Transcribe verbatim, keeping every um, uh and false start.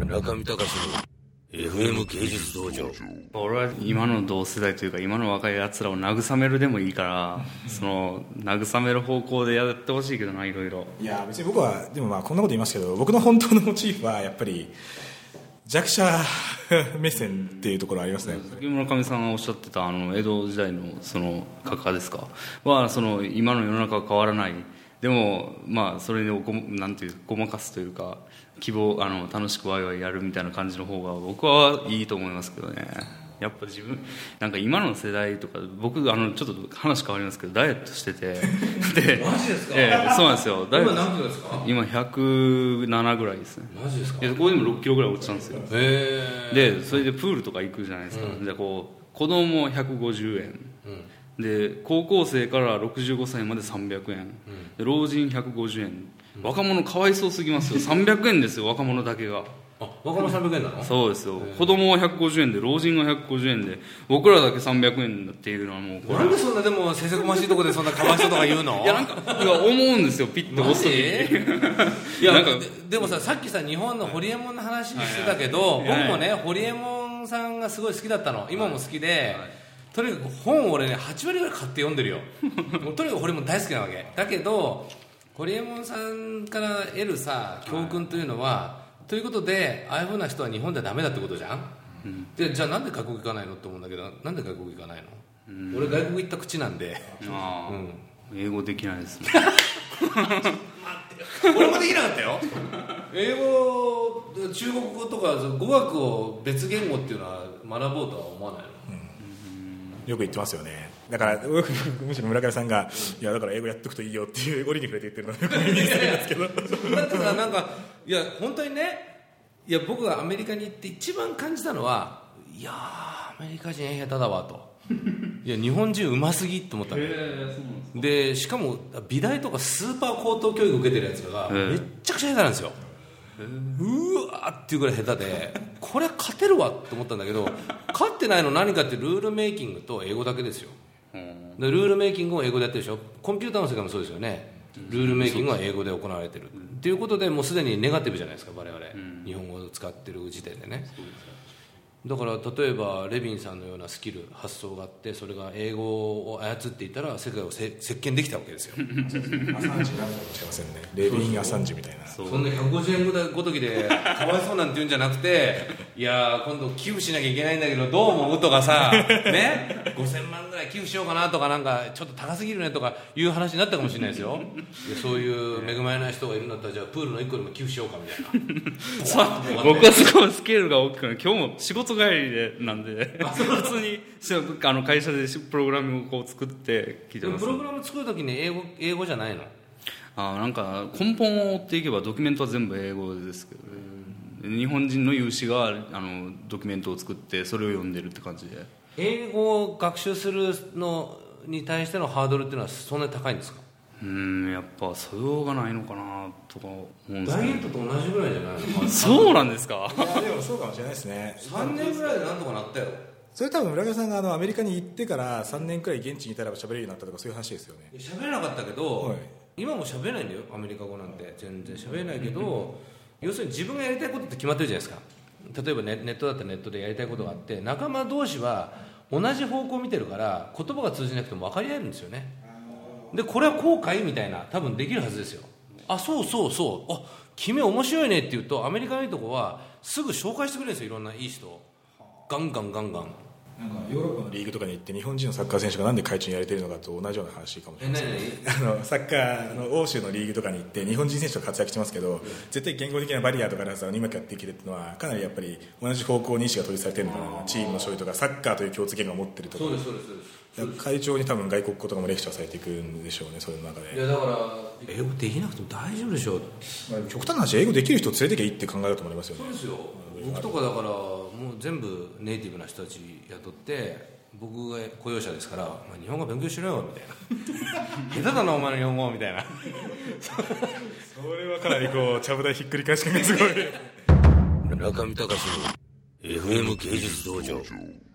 中見隆の エフエム 芸術道場。 俺は今の同世代というか今の若いやつらを慰めるでもいいからその慰める方向でやってほしいけどな。いろいろ。 いや別に僕はでもまあこんなこと言いますけど、僕の本当のモチーフはやっぱり弱者目線っていうところありますね。 村上さんがおっしゃってたあの江戸時代のその画家ですかはその今の世の中は変わらない、でもまあそれをごなんていうごまかすというか希望あの楽しくワイワイやるみたいな感じの方が僕はいいと思いますけどね。やっぱ自分なんか今の世代とか僕あのちょっと話変わりますけどダイエットしててでマジですか？ ええ、そうなんですよ。ダイエット今何キロですか？ 今ひゃくななぐらいですね。 マジですか？ でそこでもろっキロぐらい落ちたんですよ。 へえ。 でそれでプールとか行くじゃないですか、うん、でこう子供ひゃくごじゅうえん、うん、で高校生からろくじゅうごさいまでさんびゃくえん、うん、で老人ひゃくごじゅうえん、うん、若者かわいそうすぎますよ。さんびゃくえんですよ若者だけが。 あ、若者さんびゃくえんなの？ そうですよ。子供はひゃくごじゅうえんで老人がひゃくごじゅうえんで僕らだけさんびゃくえんっていうのはもうこれなんでそんなでもせせこましいとこでそんなかわいそうとか言うの？ いやなんかいや思うんですよピッて押すときいやなんか で, でもささっきさ日本のホリエモンの話してたけど、はいはい、僕もねホリエモンさんがすごい好きだったの。今も好きで、はいはい、とにかく本を俺ねはちわりぐらい買って読んでるよもうとにかくホリエモン大好きなわけだけど、ホリエモンさんから得るさ教訓というのは、はい、ということでああいうふうな人は日本ではダメだってことじゃん、うん、でじゃあなんで外国行かないのって思うんだけど、なんで外国行かないの、うん、俺外国行った口なんであ、うん、英語できないですね待ってよ俺もできなかったよ英語中国語とか語学を別言語っていうのは学ぼうとは思わないの、 うん、よく言ってますよね。だからむしろ村上さんが、うん、いやだから英語やっとくといいよっていう折に触れて言ってるのはよく耳にするんですけどだってさなんかいや本当にね、いや僕がアメリカに行って一番感じたのは、いやアメリカ人下手だわといや日本人うますぎと思ったの。でしかも美大とかスーパー高等教育受けてるやつらがめっちゃくちゃ下手なんですよ。うわーっていうぐらい下手でこれ勝てるわと思ったんだけど勝ってないの何かってルールメイキングと英語だけですよ。でルールメイキングを英語でやってるでしょ。コンピューターの世界もそうですよね。ルールメイキングは英語で行われてるっていうことでもうすでにネガティブじゃないですか我々、うん、日本語を使ってる時点でね。だから例えばレビンさんのようなスキル発想があってそれが英語を操っていたら世界をせ席巻できたわけですよアサンジなんかもしれませんね。レビンアサンジみたいな。 そんなひゃくごじゅうえんごときでかわいそうなんて言うんじゃなくていや今度寄付しなきゃいけないんだけどどう思うとかさねごせんまんぐらい寄付しようかなとかなんかちょっと高すぎるねとかいう話になったかもしれないですよ。でそういう恵まれない人がいるんだったらじゃあプールのいっこでも寄付しようかみたいな僕はすごいスケールが大きくない。今日も仕事帰りでなんで普通にあの会社でプログラムをこう作って聞いてます。 プログラム作るときに英語、英語じゃないの？ あなんか根本を追っていけばドキュメントは全部英語ですけど、ね、日本人の有志があのドキュメントを作ってそれを読んでるって感じで。 英語を学習するのに対してのハードルっていうのはそんなに高いんですか？ うんやっぱ素養がないのかなとか思うんですけど。ダイエットと同じぐらいじゃないの？ そうなんですか？ いやでもそうかもしれないですね。 さんねんぐらいでなんとかなったよ。 それ多分村上さんがあのアメリカに行ってからさんねんくらい現地にいたら喋れるようになったとかそういう話ですよね。 喋れなかったけど、はい、今も喋れないんだよアメリカ語なんて全然喋れないけど要するに自分がやりたいことって決まってるじゃないですか。例えば ネ, ネットだったらネットでやりたいことがあって仲間同士は同じ方向を見てるから言葉が通じなくても分かり合えるんですよね。でこれは後悔みたいな多分できるはずですよ。あそうそうそうあ君面白いねって言うとアメリカのいいとこはすぐ紹介してくれるんですよ。いろんないい人ガンガンガンガンなんかヨーロッパのリーグとかに行って日本人のサッカー選手がなんで会長にやれてるのかと同じような話かもしれないですね。あのサッカーの欧州のリーグとかに行って日本人選手が活躍してますけど、うん、絶対言語的なバリアとかでうまくやっていけるっていうのはかなりやっぱり同じ方向に意思が統一されてるのかな。チームの勝利とかサッカーという共通言語を持ってるとか。 そうですそうですそうです。 会長に多分外国語とかもレクチャーされていくんでしょうね。そういう中でいやだから英語できなくても大丈夫でしょう、 まあ、極端な話英語できる人を連れてきゃいいって考えだと思いますよね。 そうですよ。僕とかだからもう全部ネイティブな人たち雇って僕が雇用者ですから、まあ、日本語勉強しろよみたいな下手だなお前の日本語みたいなそれはかなりこうちゃぶ台ひっくり返し感がすごい中見隆の エフエム 芸術道場。